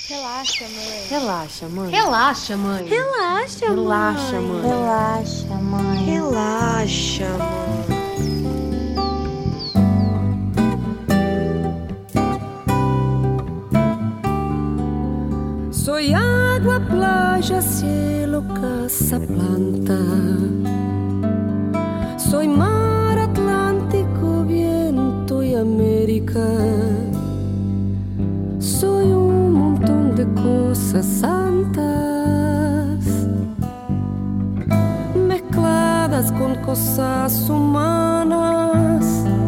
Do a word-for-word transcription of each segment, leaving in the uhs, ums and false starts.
Relaxa, mãe. Relaxa, mãe. Relaxa, mãe. Relaxa, Relaxa, mãe. mãe. Relaxa, mãe. Relaxa, mãe. Soy agua, playa, cielo, casa, planta. Soy mar, Atlántico, viento y América. Soy un montón de cosas santas, mezcladas con cosas humanas.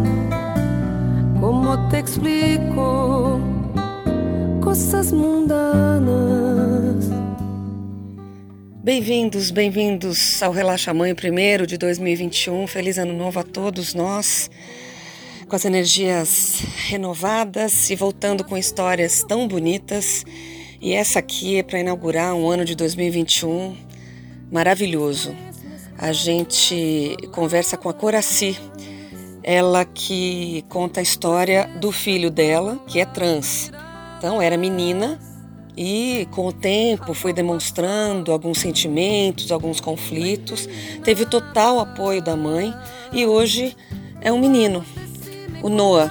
¿Cómo te explico? Coisas mundanas. Bem-vindos, bem-vindos ao Relaxa Mãe, primeiro de dois mil e vinte e um. Feliz ano novo a todos nós, com as energias renovadas e voltando com histórias tão bonitas. E essa aqui é para inaugurar um ano de dois mil e vinte e um maravilhoso. A gente conversa com a Coraci, ela que conta a história do filho dela, que é trans. Então, era menina e, com o tempo, foi demonstrando alguns sentimentos, alguns conflitos. Teve o total apoio da mãe e hoje é um menino, o Noah.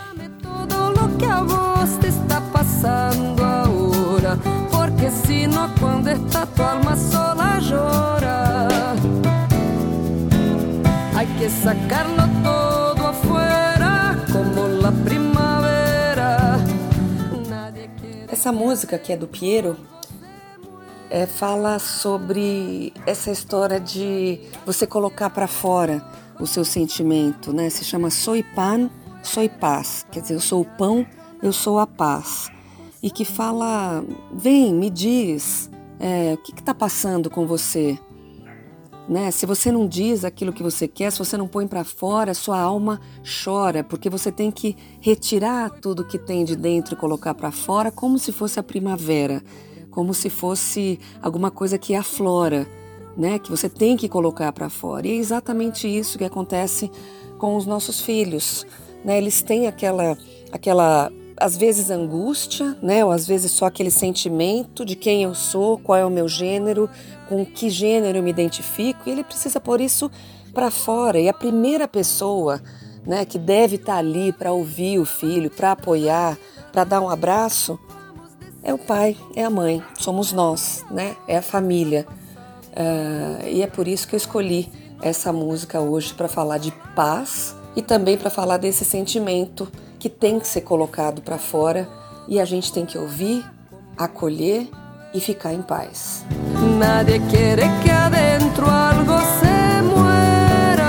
Essa música, que é do Piero, é, fala sobre essa história de você colocar para fora o seu sentimento, né? Se chama Soy Pan, Soy Paz, quer dizer, eu sou o pão, eu sou a paz. E que fala, vem, me diz, é, o que está passando com você? Né? Se você não diz aquilo que você quer, se você não põe para fora, sua alma chora, porque você tem que retirar tudo que tem de dentro e colocar para fora, como se fosse a primavera, como se fosse alguma coisa que aflora, né? Que você tem que colocar para fora. E é exatamente isso que acontece com os nossos filhos, né? Eles têm aquela, aquela às vezes angústia, né? Ou às vezes só aquele sentimento de quem eu sou, qual é o meu gênero, com que gênero eu me identifico, e ele precisa pôr isso para fora. E a primeira pessoa, né, que deve estar ali para ouvir o filho, para apoiar, para dar um abraço, é o pai, é a mãe, somos nós, né? É a família. Uh, e é por isso que eu escolhi essa música hoje, para falar de paz e também para falar desse sentimento que tem que ser colocado para fora e a gente tem que ouvir, acolher e ficar em paz. Nadie quiere que adentro algo se muera.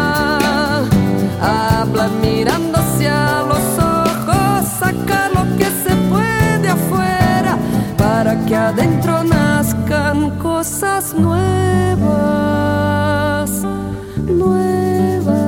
Habla mirando hacia los ojos, saca lo que se puede afuera, para que adentro nazcan cosas nuevas, nuevas,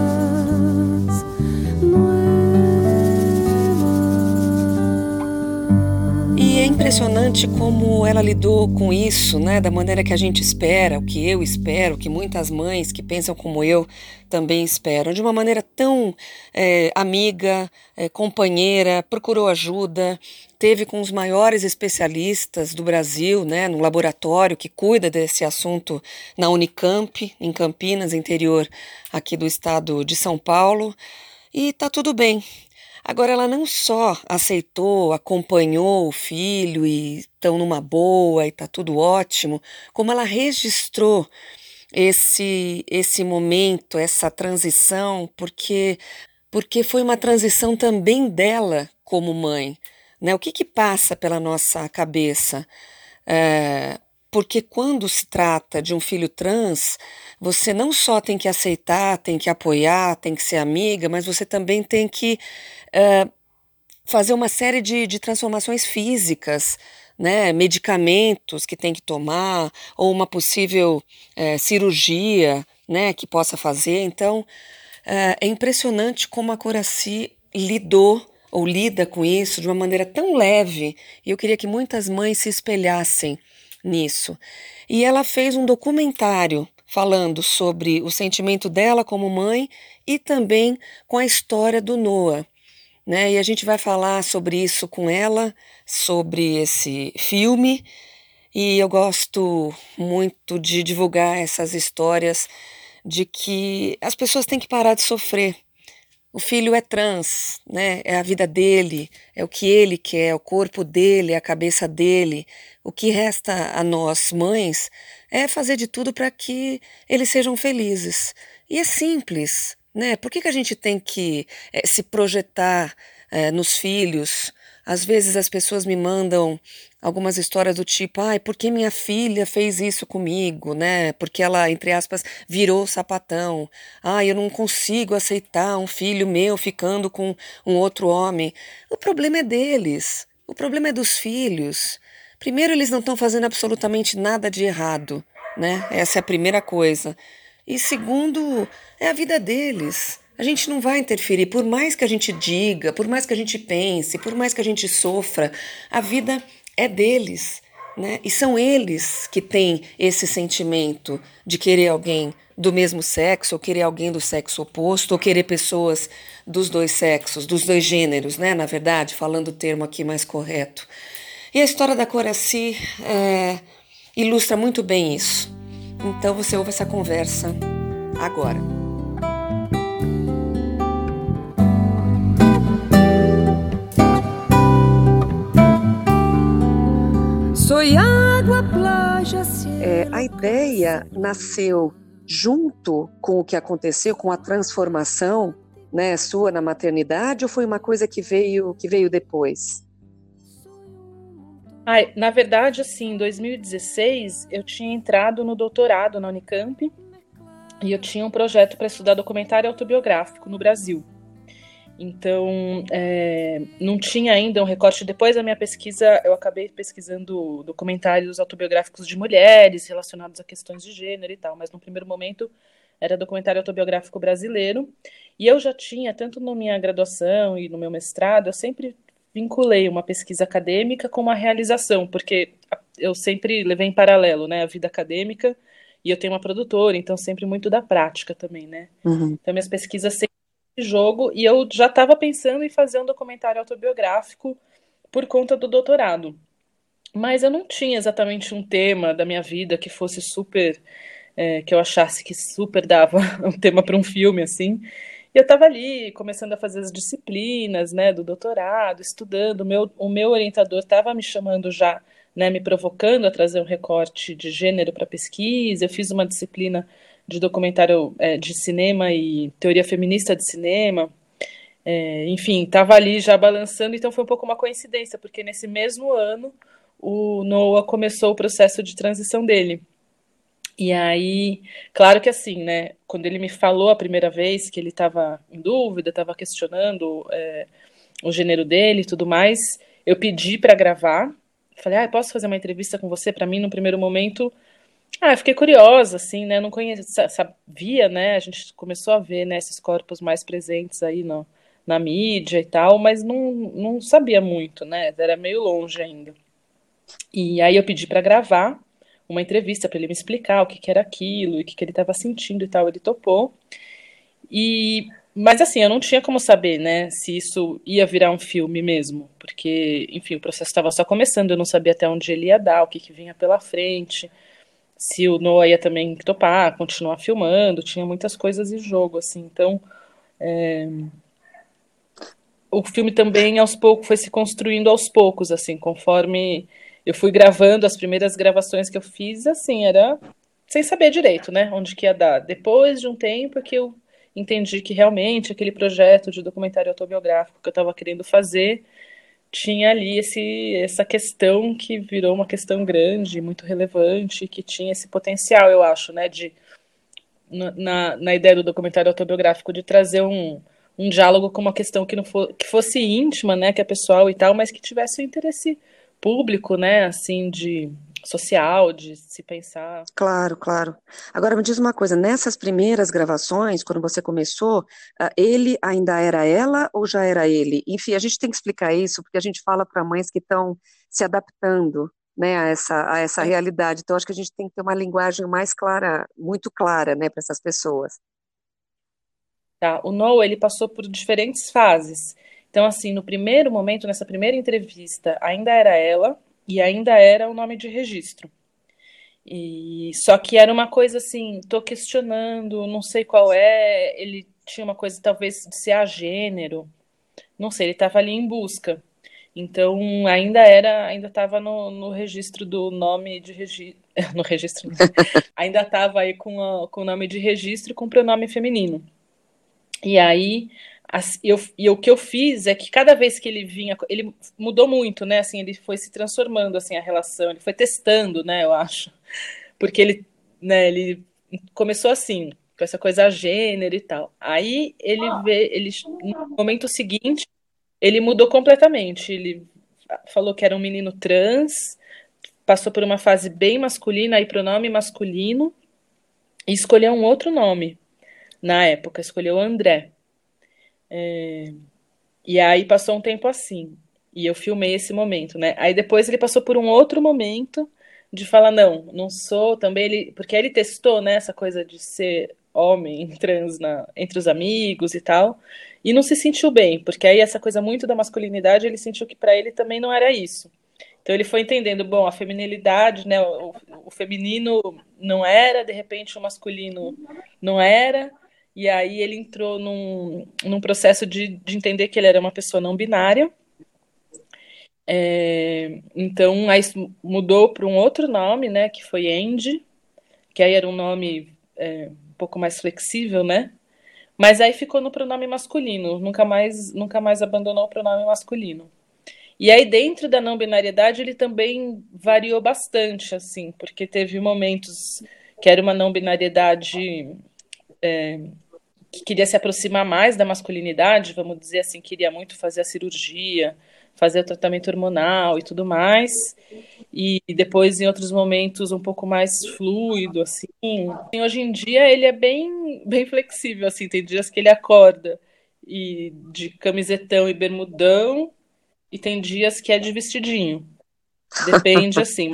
nuevas. E é impressionante como ela lidou com isso, né? Da maneira que a gente espera, o que eu espero, o que muitas mães que pensam como eu também esperam, de uma maneira tão é, amiga, é, companheira, procurou ajuda, teve com os maiores especialistas do Brasil, né? No laboratório que cuida desse assunto na Unicamp, em Campinas, interior aqui do estado de São Paulo, e tá tudo bem. Agora, ela não só aceitou, acompanhou o filho e estão numa boa e está tudo ótimo, como ela registrou esse, esse momento, essa transição, porque, porque foi uma transição também dela como mãe, né? O que que passa pela nossa cabeça? É, porque quando se trata de um filho trans, você não só tem que aceitar, tem que apoiar, tem que ser amiga, mas você também tem que Uh, fazer uma série de, de transformações físicas, né? Medicamentos que tem que tomar, ou uma possível uh, cirurgia, né? Que possa fazer. Então, uh, é impressionante como a Coraci lidou ou lida com isso de uma maneira tão leve, e eu queria que muitas mães se espelhassem nisso. E ela fez um documentário falando sobre o sentimento dela como mãe e também com a história do Noah. né? E a gente vai falar sobre isso com ela, sobre esse filme. E eu gosto muito de divulgar essas histórias de que as pessoas têm que parar de sofrer. O filho é trans, né? É a vida dele, é o que ele quer, é o corpo dele, é a cabeça dele. O que resta a nós, mães, é fazer de tudo para que eles sejam felizes. E é simples, né? Por que que a gente tem que eh, se projetar eh, nos filhos? Às vezes as pessoas me mandam algumas histórias do tipo, ai, por que minha filha fez isso comigo, né? Porque ela, entre aspas, virou sapatão. Ai, eu não consigo aceitar um filho meu ficando com um outro homem. O problema é deles. O problema é dos filhos. Primeiro, eles não estão fazendo absolutamente nada de errado, né? Essa é a primeira coisa. E segundo, é a vida deles. A gente não vai interferir, por mais que a gente diga, por mais que a gente pense, por mais que a gente sofra, a vida é deles, né? E são eles que têm esse sentimento de querer alguém do mesmo sexo, ou querer alguém do sexo oposto, ou querer pessoas dos dois sexos, dos dois gêneros, né? Na verdade, falando o termo aqui mais correto. E a história da Coraci é, ilustra muito bem isso. Então você ouve essa conversa agora. É, a ideia nasceu junto com o que aconteceu, com a transformação, né, sua na maternidade, ou foi uma coisa que veio, que veio depois? Ai, na verdade, assim, em dois mil e dezesseis, eu tinha entrado no doutorado na Unicamp e eu tinha um projeto para estudar documentário autobiográfico no Brasil. Então, é, não tinha ainda um recorte. Depois da minha pesquisa, eu acabei pesquisando documentários autobiográficos de mulheres relacionados a questões de gênero e tal, mas no primeiro momento era documentário autobiográfico brasileiro. E eu já tinha, tanto na minha graduação e no meu mestrado, eu sempre vinculei uma pesquisa acadêmica com uma realização, porque eu sempre levei em paralelo, né, a vida acadêmica, e eu tenho uma produtora, então sempre muito da prática também, né? Uhum. Então minhas pesquisas sempre jogo, e eu já estava pensando em fazer um documentário autobiográfico por conta do doutorado. Mas eu não tinha exatamente um tema da minha vida que fosse super, é, que eu achasse que super dava um tema para um filme, assim. E eu estava ali, começando a fazer as disciplinas, né, do doutorado, estudando. O meu, o meu orientador estava me chamando já, né, me provocando a trazer um recorte de gênero para pesquisa. Eu fiz uma disciplina de documentário é, de cinema e teoria feminista de cinema. É, enfim, estava ali já balançando, então foi um pouco uma coincidência, porque nesse mesmo ano o Noah começou o processo de transição dele. E aí, claro que assim, né, quando ele me falou a primeira vez que ele estava em dúvida, estava questionando é, o gênero dele e tudo mais, eu pedi para gravar. Falei, ah, posso fazer uma entrevista com você? Para mim, no primeiro momento, ah, eu fiquei curiosa, assim, né? Não conhecia, sabia, né? A gente começou a ver, né, esses corpos mais presentes aí no, na mídia e tal, mas não, não sabia muito, né? Era meio longe ainda. E aí eu pedi para gravar uma entrevista para ele me explicar o que, que era aquilo e o que, que ele estava sentindo e tal. Ele topou. E mas assim, eu não tinha como saber, né, se isso ia virar um filme mesmo, porque, enfim, o processo estava só começando, eu não sabia até onde ele ia dar, o que, que vinha pela frente, se o Noah ia também topar, continuar filmando, tinha muitas coisas em jogo, assim, então é, o filme também aos poucos foi se construindo aos poucos, assim, conforme eu fui gravando as primeiras gravações que eu fiz, assim, era sem saber direito, né, onde que ia dar. Depois de um tempo que eu entendi que realmente aquele projeto de documentário autobiográfico que eu estava querendo fazer tinha ali esse, essa questão que virou uma questão grande, muito relevante, que tinha esse potencial, eu acho, né, de, na, na ideia do documentário autobiográfico, de trazer um, um diálogo com uma questão que, não for, que fosse íntima, né, que é pessoal e tal, mas que tivesse um interesse público, né, assim, de social, de se pensar. Claro, claro. Agora me diz uma coisa, nessas primeiras gravações, quando você começou, ah, ele ainda era ela ou já era ele? Enfim, a gente tem que explicar isso, porque a gente fala para mães que estão se adaptando, né, a essa, a essa realidade. Então, acho que a gente tem que ter uma linguagem mais clara, muito clara, né, para essas pessoas. Tá? O Noah, ele passou por diferentes fases. Então, assim, no primeiro momento, nessa primeira entrevista, ainda era ela e ainda era o nome de registro. E só que era uma coisa assim, tô questionando, não sei qual é, ele tinha uma coisa talvez de ser agênero, não sei, ele estava ali em busca. Então ainda era, ainda estava no, no registro do nome de registro, no registro, ainda estava aí com, a, com o nome de registro e com o pronome feminino. E aí, as, eu, e o que eu fiz é que cada vez que ele vinha, ele mudou muito, né? Assim, ele foi se transformando, assim, a relação, ele foi testando, né? Eu acho, porque ele, né? Ele começou assim, com essa coisa gênero e tal. Aí ele vê, ele no momento seguinte, ele mudou completamente. Ele falou que era um menino trans, passou por uma fase bem masculina, aí pronome masculino, e escolheu um outro nome. Na época, escolheu André. É, e aí passou um tempo assim. E eu filmei esse momento, né? Aí depois ele passou por um outro momento de falar, não, não sou também. Ele, porque aí ele testou, né, essa coisa de ser homem trans na, entre os amigos e tal. E não se sentiu bem, porque aí essa coisa muito da masculinidade, ele sentiu que para ele também não era isso. Então ele foi entendendo, bom, a feminilidade, né, o, o feminino não era, de repente o masculino não era, e aí ele entrou num, num processo de, de entender que ele era uma pessoa não binária. É, então aí mudou para um outro nome, né, que foi Andy, que aí era um nome é, um pouco mais flexível, né? Mas aí ficou no pronome masculino, nunca mais, nunca mais abandonou o pronome masculino. E aí, dentro da não-binariedade, ele também variou bastante, assim, porque teve momentos que era uma não-binariedade é, que queria se aproximar mais da masculinidade, vamos dizer assim, queria muito fazer a cirurgia, fazer o tratamento hormonal e tudo mais. E depois, em outros momentos, um pouco mais fluido, assim. E hoje em dia, ele é bem, bem flexível, assim, tem dias que ele acorda e de camisetão e bermudão, e tem dias que é de vestidinho. Depende, assim.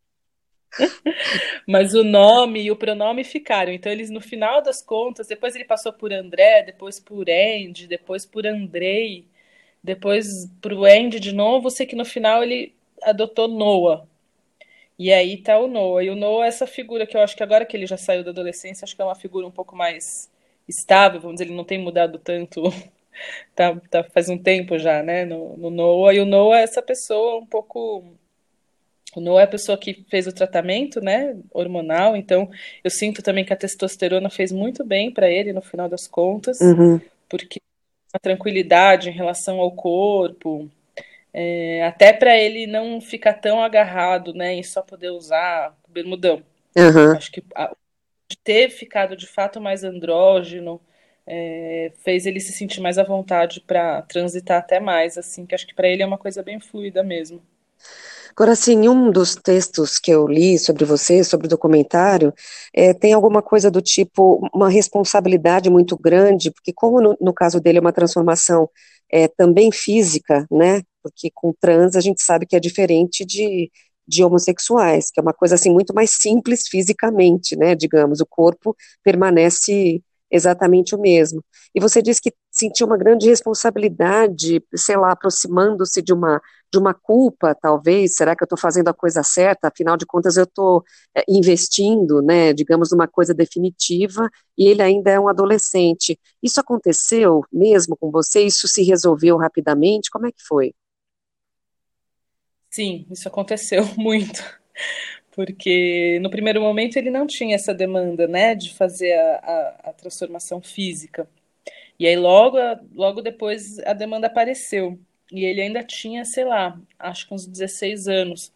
Mas o nome e o pronome ficaram. Então, eles, no final das contas, depois ele passou por André, depois por Andy, depois por Andrei, depois pro Andy de novo. Sei que no final ele adotou Noah. E aí tá o Noah. E o Noah é essa figura que eu acho que agora que ele já saiu da adolescência, acho que é uma figura um pouco mais estável, vamos dizer, ele não tem mudado tanto. Tá, tá faz um tempo já, né, no, no Noah. E o Noah é essa pessoa um pouco... O Noah é a pessoa que fez o tratamento, né, hormonal, então eu sinto também que a testosterona fez muito bem para ele no final das contas, Uhum. porque a tranquilidade em relação ao corpo, é, até para ele não ficar tão agarrado, né, em só poder usar bermudão. Uhum. Acho que a, de ter ficado de fato mais andrógeno, é, fez ele se sentir mais à vontade para transitar até mais, assim, que acho que para ele é uma coisa bem fluida mesmo. Agora, assim, um dos textos que eu li sobre você, sobre o documentário, é, tem alguma coisa do tipo, uma responsabilidade muito grande, porque como no, no caso dele é uma transformação é, também física, né, porque com trans a gente sabe que é diferente de, de homossexuais, que é uma coisa assim muito mais simples fisicamente, né, digamos, o corpo permanece exatamente o mesmo. E você disse que sentiu uma grande responsabilidade, sei lá, aproximando-se de uma de uma culpa, talvez, será que eu estou fazendo a coisa certa? Afinal de contas, eu estou é, investindo, né, digamos, numa coisa definitiva, e ele ainda é um adolescente. Isso aconteceu mesmo com você? Isso se resolveu rapidamente? Como é que foi? Sim, isso aconteceu muito, porque no primeiro momento ele não tinha essa demanda, né, de fazer a, a, a transformação física. E aí logo, logo depois a demanda apareceu. E ele ainda tinha, sei lá, acho que uns dezesseis anos.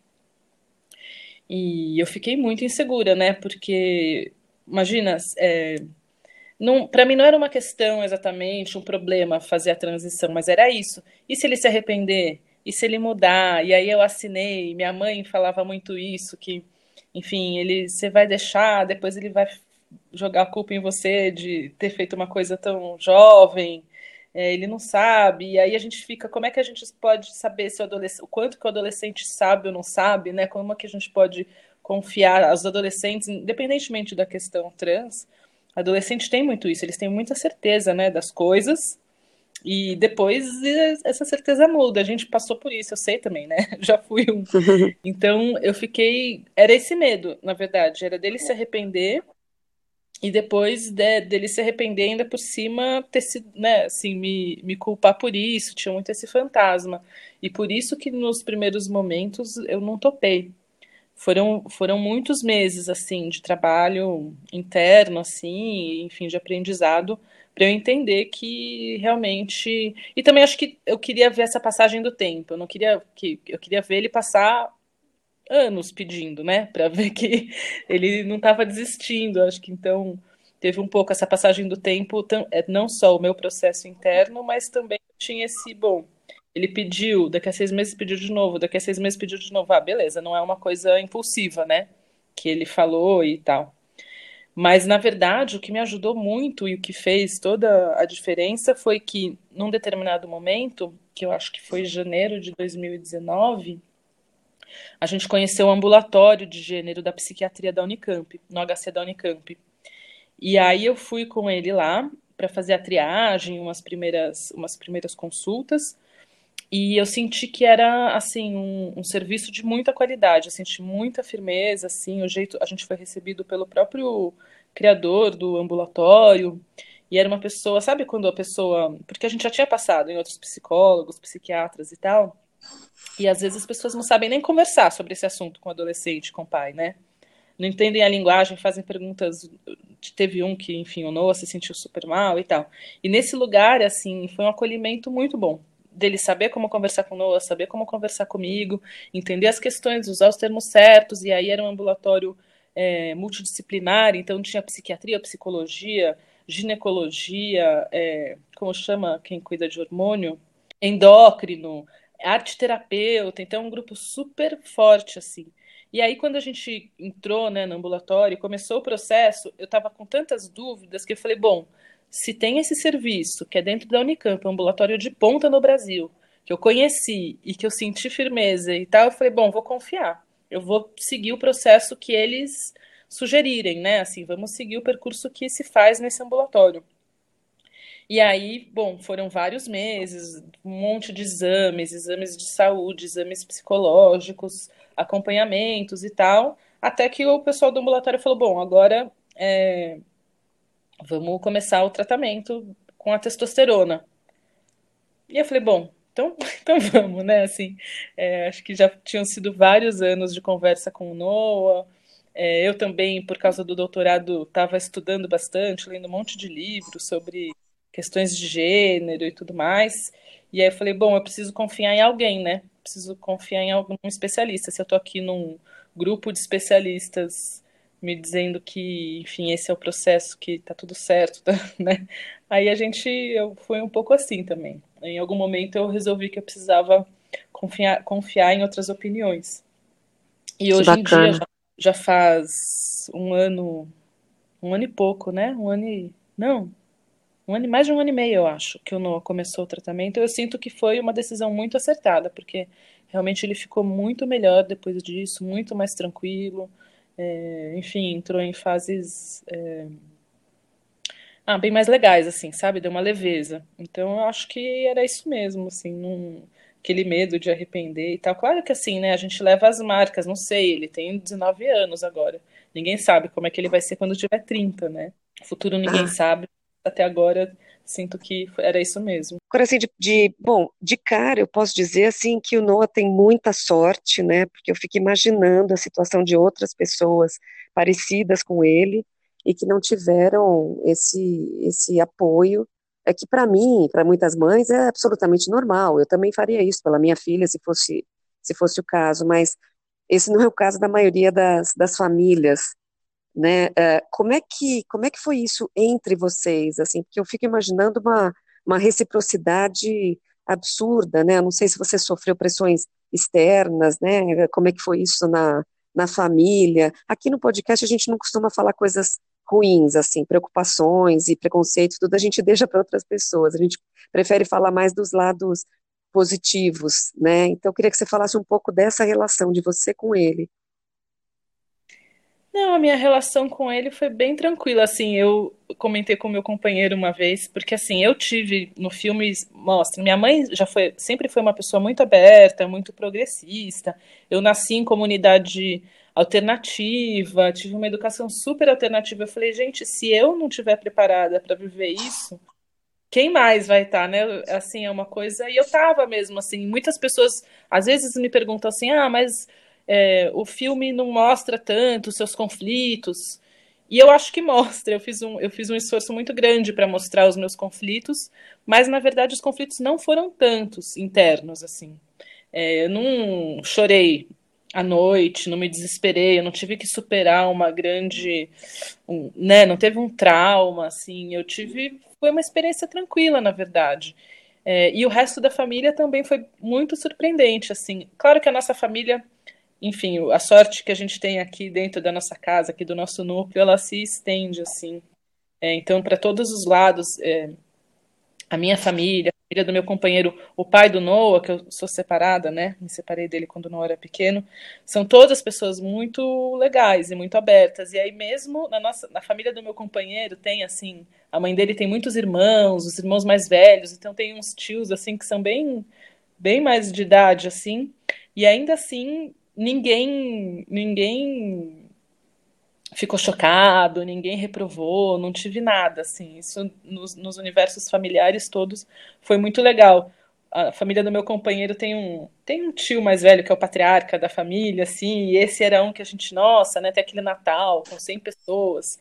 E eu fiquei muito insegura, né? Porque, imagina, é, não, para mim não era uma questão exatamente, um problema fazer a transição, mas era isso. E se ele se arrepender? E se ele mudar? E aí eu assinei, minha mãe falava muito isso, que, enfim, ele, você vai deixar, depois ele vai jogar a culpa em você de ter feito uma coisa tão jovem, é, ele não sabe, e aí a gente fica, como é que a gente pode saber se o adolescente, o quanto que o adolescente sabe ou não sabe, né? Como é que a gente pode confiar aos adolescentes, independentemente da questão trans, adolescente tem muito isso, eles têm muita certeza, né, das coisas, E depois eh, essa certeza muda. A gente passou por isso, eu sei também, né? Já fui um. Então eu fiquei. Era esse medo, na verdade. Era dele se arrepender e depois de- dele se arrepender ainda por cima ter sido, né, assim, me, me culpar por isso. Tinha muito esse fantasma. E por isso que nos primeiros momentos eu não topei. Foram, foram muitos meses, assim, de trabalho interno, assim, enfim, de aprendizado, para eu entender que realmente. E também acho que eu queria ver essa passagem do tempo. Eu não queria que eu queria ver ele passar anos pedindo, né, para ver que ele não estava desistindo. Acho que então teve um pouco essa passagem do tempo, tam- é, não só o meu processo interno, mas também tinha esse, bom, ele pediu, daqui a seis meses pediu de novo, daqui a seis meses pediu de novo. Ah, beleza, não é uma coisa impulsiva, né? Que ele falou e tal. Mas, na verdade, o que me ajudou muito e o que fez toda a diferença foi que, num determinado momento, que eu acho que foi janeiro de dois mil e dezenove, a gente conheceu o ambulatório de gênero da psiquiatria da Unicamp, no H C da Unicamp. E aí eu fui com ele lá para fazer a triagem, umas primeiras, umas primeiras consultas. E eu senti que era assim um, um serviço de muita qualidade, eu senti muita firmeza, assim, o jeito a gente foi recebido pelo próprio criador do ambulatório e era uma pessoa, sabe quando a pessoa, porque a gente já tinha passado em outros psicólogos, psiquiatras e tal, e às vezes as pessoas não sabem nem conversar sobre esse assunto com o adolescente, com o pai, né? Não entendem a linguagem, fazem perguntas. Teve um que, enfim, o Noah se sentiu super mal e tal. E nesse lugar, assim, foi um acolhimento muito bom. Dele saber como conversar com o Noah, saber como conversar comigo, entender as questões, usar os termos certos. E aí era um ambulatório é, multidisciplinar, então tinha psiquiatria, psicologia, ginecologia, é, como chama quem cuida de hormônio? Endócrino, arte terapeuta, então é um grupo super forte, assim. E aí, quando a gente entrou, né, no ambulatório e começou o processo, eu estava com tantas dúvidas que eu falei, bom, se tem esse serviço, que é dentro da Unicamp, um ambulatório de ponta no Brasil, que eu conheci e que eu senti firmeza e tal, eu falei, bom, vou confiar. Eu vou seguir o processo que eles sugerirem, né? Assim, vamos seguir o percurso que se faz nesse ambulatório. E aí, bom, foram vários meses, um monte de exames, exames de saúde, exames psicológicos, acompanhamentos e tal, até que o pessoal do ambulatório falou: bom, agora é, vamos começar o tratamento com a testosterona. E eu falei: bom, então, então vamos, né? Assim, é, acho que já tinham sido vários anos de conversa com o Noah. É, eu também, por causa do doutorado, estava estudando bastante, lendo um monte de livros sobre questões de gênero e tudo mais. E aí eu falei, bom, eu preciso confiar em alguém, né? Preciso confiar em algum especialista. Se eu estou aqui num grupo de especialistas me dizendo que, enfim, esse é o processo, que tá tudo certo, tá, né? Aí a gente, eu fui um pouco assim também. Em algum momento eu resolvi que eu precisava confiar, confiar em outras opiniões. E Que hoje em dia bacana. já, já faz um ano, um ano e pouco, né? Um ano e. Não, um ano e mais de um ano e meio, eu acho, que o Noah começou o tratamento. Eu sinto que foi uma decisão muito acertada, porque realmente ele ficou muito melhor depois disso, muito mais tranquilo. É, enfim, entrou em fases é, ah, bem mais legais, assim, sabe? Deu uma leveza. Então eu acho que era isso mesmo, assim, num, aquele medo de arrepender e tal. Claro que assim, né? A gente leva as marcas, não sei, ele tem dezenove anos agora. Ninguém sabe como é que ele vai ser quando tiver trinta, né? O futuro ninguém Ah, sabe. Até agora sinto que era isso mesmo. agora, assim, de, de- bom, de cara eu posso dizer, assim, que o Noah tem muita sorte, né, porque eu fico imaginando a situação de outras pessoas parecidas com ele e que não tiveram esse, esse apoio, é que para mim, para muitas mães, é absolutamente normal, eu também faria isso pela minha filha, se fosse, se fosse o caso, mas esse não é o caso da maioria das, das famílias, né? Eh, como é que, como é que foi isso entre vocês, assim? Porque eu fico imaginando uma, uma reciprocidade absurda, né? Eu não sei se você sofreu pressões externas, né? Como é que foi isso na, na família? Aqui no podcast a gente não costuma falar coisas ruins, assim, preocupações e preconceitos, tudo a gente deixa para outras pessoas. A gente prefere falar mais dos lados positivos, né? Então eu queria que você falasse um pouco dessa relação de você com ele. Não, a minha relação com ele foi bem tranquila, assim, eu comentei com o meu companheiro uma vez, porque assim, eu tive no filme, mostra, minha mãe já foi, sempre foi uma pessoa muito aberta, muito progressista, eu nasci em comunidade alternativa, tive uma educação super alternativa, eu falei, gente, se eu não estiver preparada para viver isso, quem mais vai estar, né? Assim, é uma coisa. E eu tava mesmo, assim. Muitas pessoas às vezes me perguntam assim: ah, mas é, o filme não mostra tanto os seus conflitos. E eu acho que mostra. Eu fiz um, eu fiz um esforço muito grande para mostrar os meus conflitos, mas na verdade os conflitos não foram tantos internos, assim. É, eu não chorei à noite, não me desesperei, eu não tive que superar uma grande, um, né, não teve um trauma, assim, eu tive, foi uma experiência tranquila, na verdade. É, e o resto da família também foi muito surpreendente, assim. Claro que a nossa família, enfim, a sorte que a gente tem aqui dentro da nossa casa, aqui do nosso núcleo, ela se estende, assim. É, então, para todos os lados, é, a minha família, a família do meu companheiro, o pai do Noah, que eu sou separada, né? Me separei dele quando o Noah era pequeno. São todas pessoas muito legais e muito abertas. E aí mesmo na nossa, na família do meu companheiro tem assim, a mãe dele tem muitos irmãos, os irmãos mais velhos, então tem uns tios assim que são bem bem mais de idade assim. E ainda assim, ninguém ninguém ficou chocado, ninguém reprovou, não tive nada, assim, isso nos, nos universos familiares todos foi muito legal. A família do meu companheiro tem um, tem um tio mais velho que é o patriarca da família, assim, e esse era um que a gente, nossa, né, tem aquele Natal com cem pessoas,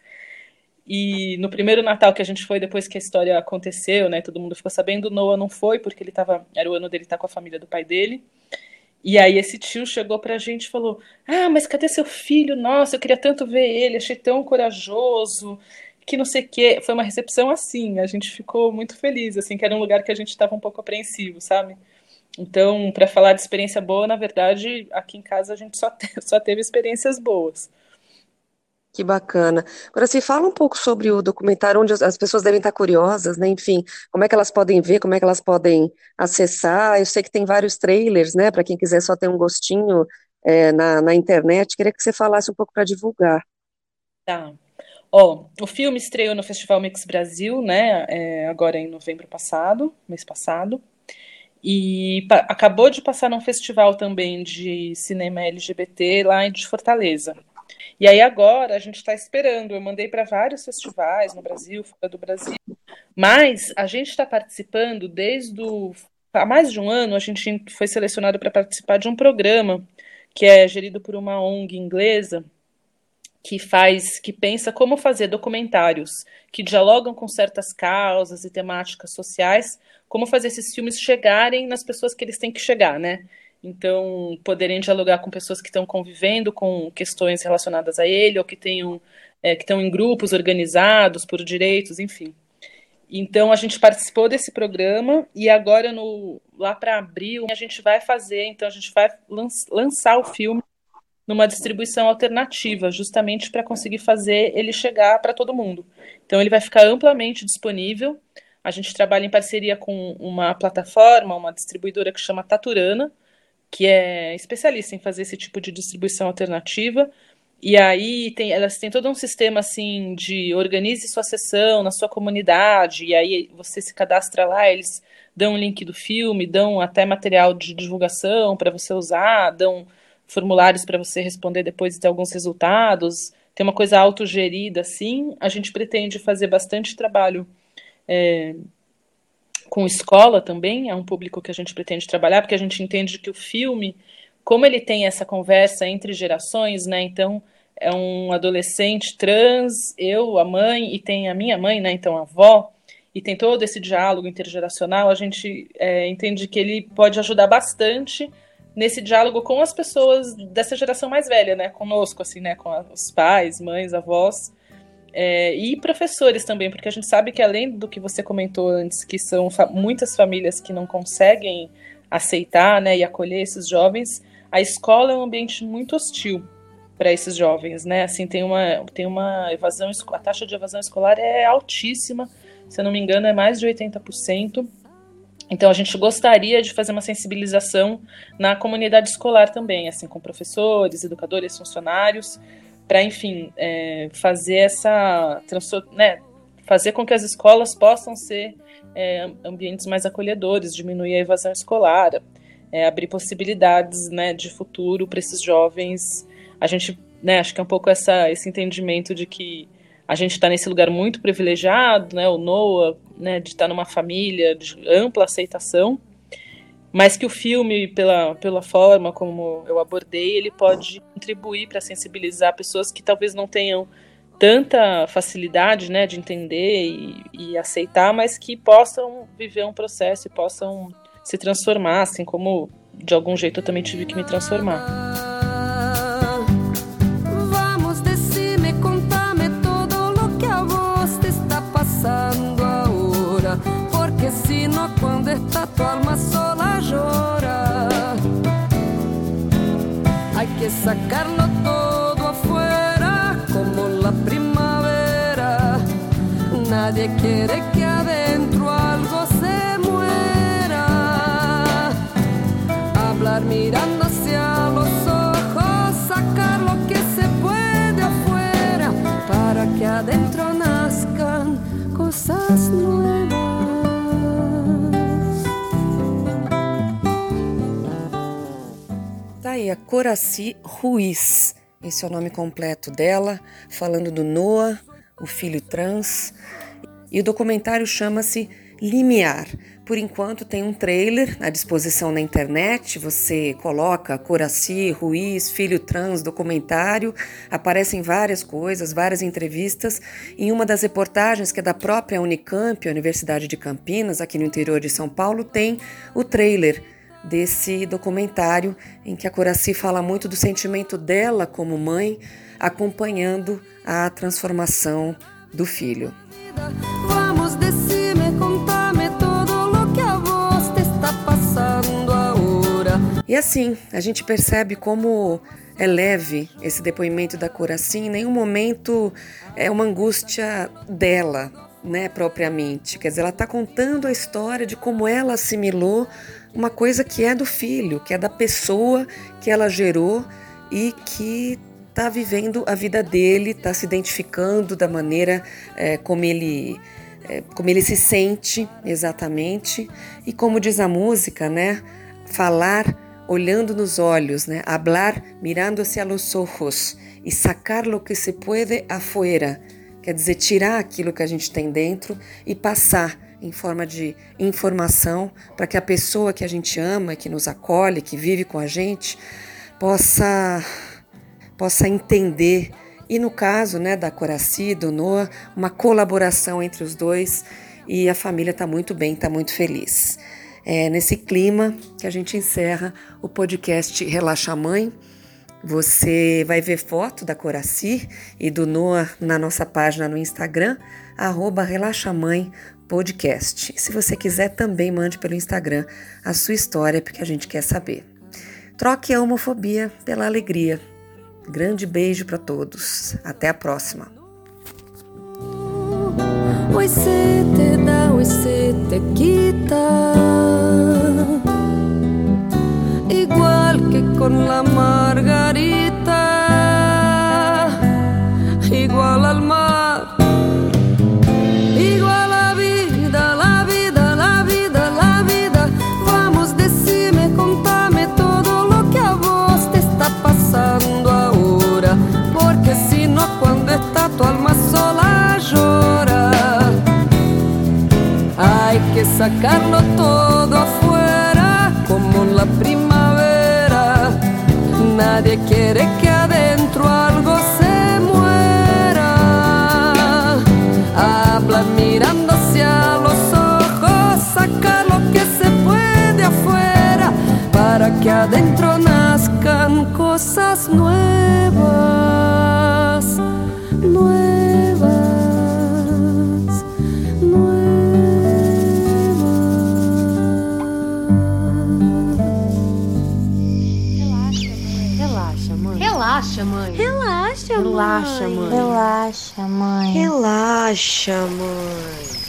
e no primeiro Natal que a gente foi, depois que a história aconteceu, né, todo mundo ficou sabendo, o Noah não foi, porque ele tava, era o ano dele estar com a família do pai dele. E aí esse tio chegou pra gente e falou: ah, mas cadê seu filho? Nossa, eu queria tanto ver ele, achei tão corajoso, que não sei o quê. Foi uma recepção assim, a gente ficou muito feliz, assim, que era um lugar que a gente estava um pouco apreensivo, sabe? Então, para falar de experiência boa, na verdade, aqui em casa a gente só, te- só teve experiências boas. Que bacana. Agora, se fala um pouco sobre o documentário, onde as as pessoas devem estar curiosas, né? Enfim, como é que elas podem ver, como é que elas podem acessar. Eu sei que tem vários trailers, né? Para quem quiser só ter um gostinho, é, na, na internet. Queria que você falasse um pouco para divulgar. Tá. Ó, o filme estreou no Festival Mix Brasil, né? É, agora em novembro passado, mês passado. E pa- acabou de passar num festival também de cinema L G B T lá em de Fortaleza. E aí agora a gente está esperando. Eu mandei para vários festivais no Brasil, fora do Brasil. Mas a gente está participando desde o, há mais de um ano. A gente foi selecionado para participar de um programa que é gerido por uma O N G inglesa que faz, que pensa como fazer documentários que dialogam com certas causas e temáticas sociais, como fazer esses filmes chegarem nas pessoas que eles têm que chegar, né? Então, poderem dialogar com pessoas que estão convivendo com questões relacionadas a ele, ou que tenham, é, que estão em grupos organizados por direitos, enfim. Então, a gente participou desse programa e agora, no, lá para abril, a gente vai fazer, então, a gente vai lan- lançar o filme numa distribuição alternativa, justamente para conseguir fazer ele chegar para todo mundo. Então ele vai ficar amplamente disponível. A gente trabalha em parceria com uma plataforma, uma distribuidora que chama Taturana, que é especialista em fazer esse tipo de distribuição alternativa. E aí tem, elas têm todo um sistema assim de organize sua sessão na sua comunidade, e aí você se cadastra lá, eles dão o link do filme, dão até material de divulgação para você usar, dão formulários para você responder depois de ter alguns resultados. Tem uma coisa autogerida assim. A gente pretende fazer bastante trabalho com escola também, é um público que a gente pretende trabalhar, porque a gente entende que o filme, como ele tem essa conversa entre gerações, né? Então, é um adolescente trans, eu, a mãe, e tem a minha mãe, né? Então, a avó, e tem todo esse diálogo intergeracional, a gente é, entende que ele pode ajudar bastante nesse diálogo com as pessoas dessa geração mais velha, né? Conosco, assim, né? Com a- os pais, mães, avós. É, e professores também, porque a gente sabe que além do que você comentou antes, que são fa- muitas famílias que não conseguem aceitar, né, e acolher esses jovens, a escola é um ambiente muito hostil para esses jovens, né? Assim, tem uma, tem uma evasão, esco- a taxa de evasão escolar é altíssima, se eu não me engano, é mais de oitenta por cento. Então a gente gostaria de fazer uma sensibilização na comunidade escolar também, assim, com professores, educadores, funcionários, para, enfim, é, fazer essa né, fazer com que as escolas possam ser é, ambientes mais acolhedores, diminuir a evasão escolar, é, abrir possibilidades, né, de futuro para esses jovens. A gente, né, acho que é um pouco essa, esse entendimento de que a gente está nesse lugar muito privilegiado, né, o Noah, né, de estar numa família de ampla aceitação, mas que o filme, pela, pela forma como eu abordei, ele pode contribuir para sensibilizar pessoas que talvez não tenham tanta facilidade, né, de entender e, e aceitar, mas que possam viver um processo e possam se transformar, assim como de algum jeito eu também tive que me transformar. Vamos, decime, contame todo lo que a vos te está passando agora, porque si no, quando está tu alma sola llora. Hay que sacarlo todo afuera, como la primavera. Nadie quiere que adentro algo se muera. Hablar mirando hacia los ojos, sacar lo que se puede afuera, para que adentro nazcan cosas nuevas. Tá aí a Coraci Ruiz, esse é o nome completo dela, falando do Noah, o filho trans, e o documentário chama-se Limiar. Por enquanto tem um trailer à disposição na internet, você coloca Coraci Ruiz, filho trans, documentário, aparecem várias coisas, várias entrevistas. Em uma das reportagens, que é da própria Unicamp, a Universidade de Campinas, aqui no interior de São Paulo, tem o trailer desse documentário em que a Coraci fala muito do sentimento dela como mãe, acompanhando a transformação do filho. Vamos, decime, contame todo lo que a vos te está passando agora. E assim, a gente percebe como é leve esse depoimento da Coraci, em nenhum momento é uma angústia dela, né, propriamente. Quer dizer, ela está contando a história de como ela assimilou uma coisa que é do filho, que é da pessoa que ela gerou e que está vivendo a vida dele, está se identificando da maneira é, como ele, é, como ele se sente exatamente. E como diz a música, né, falar olhando nos olhos, né, hablar mirando hacia los ojos e sacar lo que se puede afuera. Quer dizer, tirar aquilo que a gente tem dentro e passar em forma de informação para que a pessoa que a gente ama, que nos acolhe, que vive com a gente, possa, possa entender. E no caso, né, da Coraci e do Noah, uma colaboração entre os dois, e a família está muito bem, está muito feliz. É nesse clima que a gente encerra o podcast Relaxa Mãe. Você vai ver foto da Coraci e do Noah na nossa página no Instagram, arroba Relaxamãe Podcast. Se você quiser, também mande pelo Instagram a sua história, porque a gente quer saber. Troque a homofobia pela alegria. Grande beijo para todos. Até a próxima. Hoy se te da, hoy se te quita, igual que con la margarita, igual al mar, igual la vida, la vida, la vida, la vida. Vamos, decime, contame todo lo que a vos te está pasando ahora, porque si no, cuando está tu alma sola llora. Hay que sacarlo todo afuera, como la primavera. Nadie quiere que adentro algo se muera. Habla mirando hacia los ojos, saca lo que se puede afuera, para que adentro nazcan cosas nuevas, nuevas. Relaxa, mãe. Relaxa, mãe. Relaxa, mãe. Relaxa, mãe. Relaxa, mãe.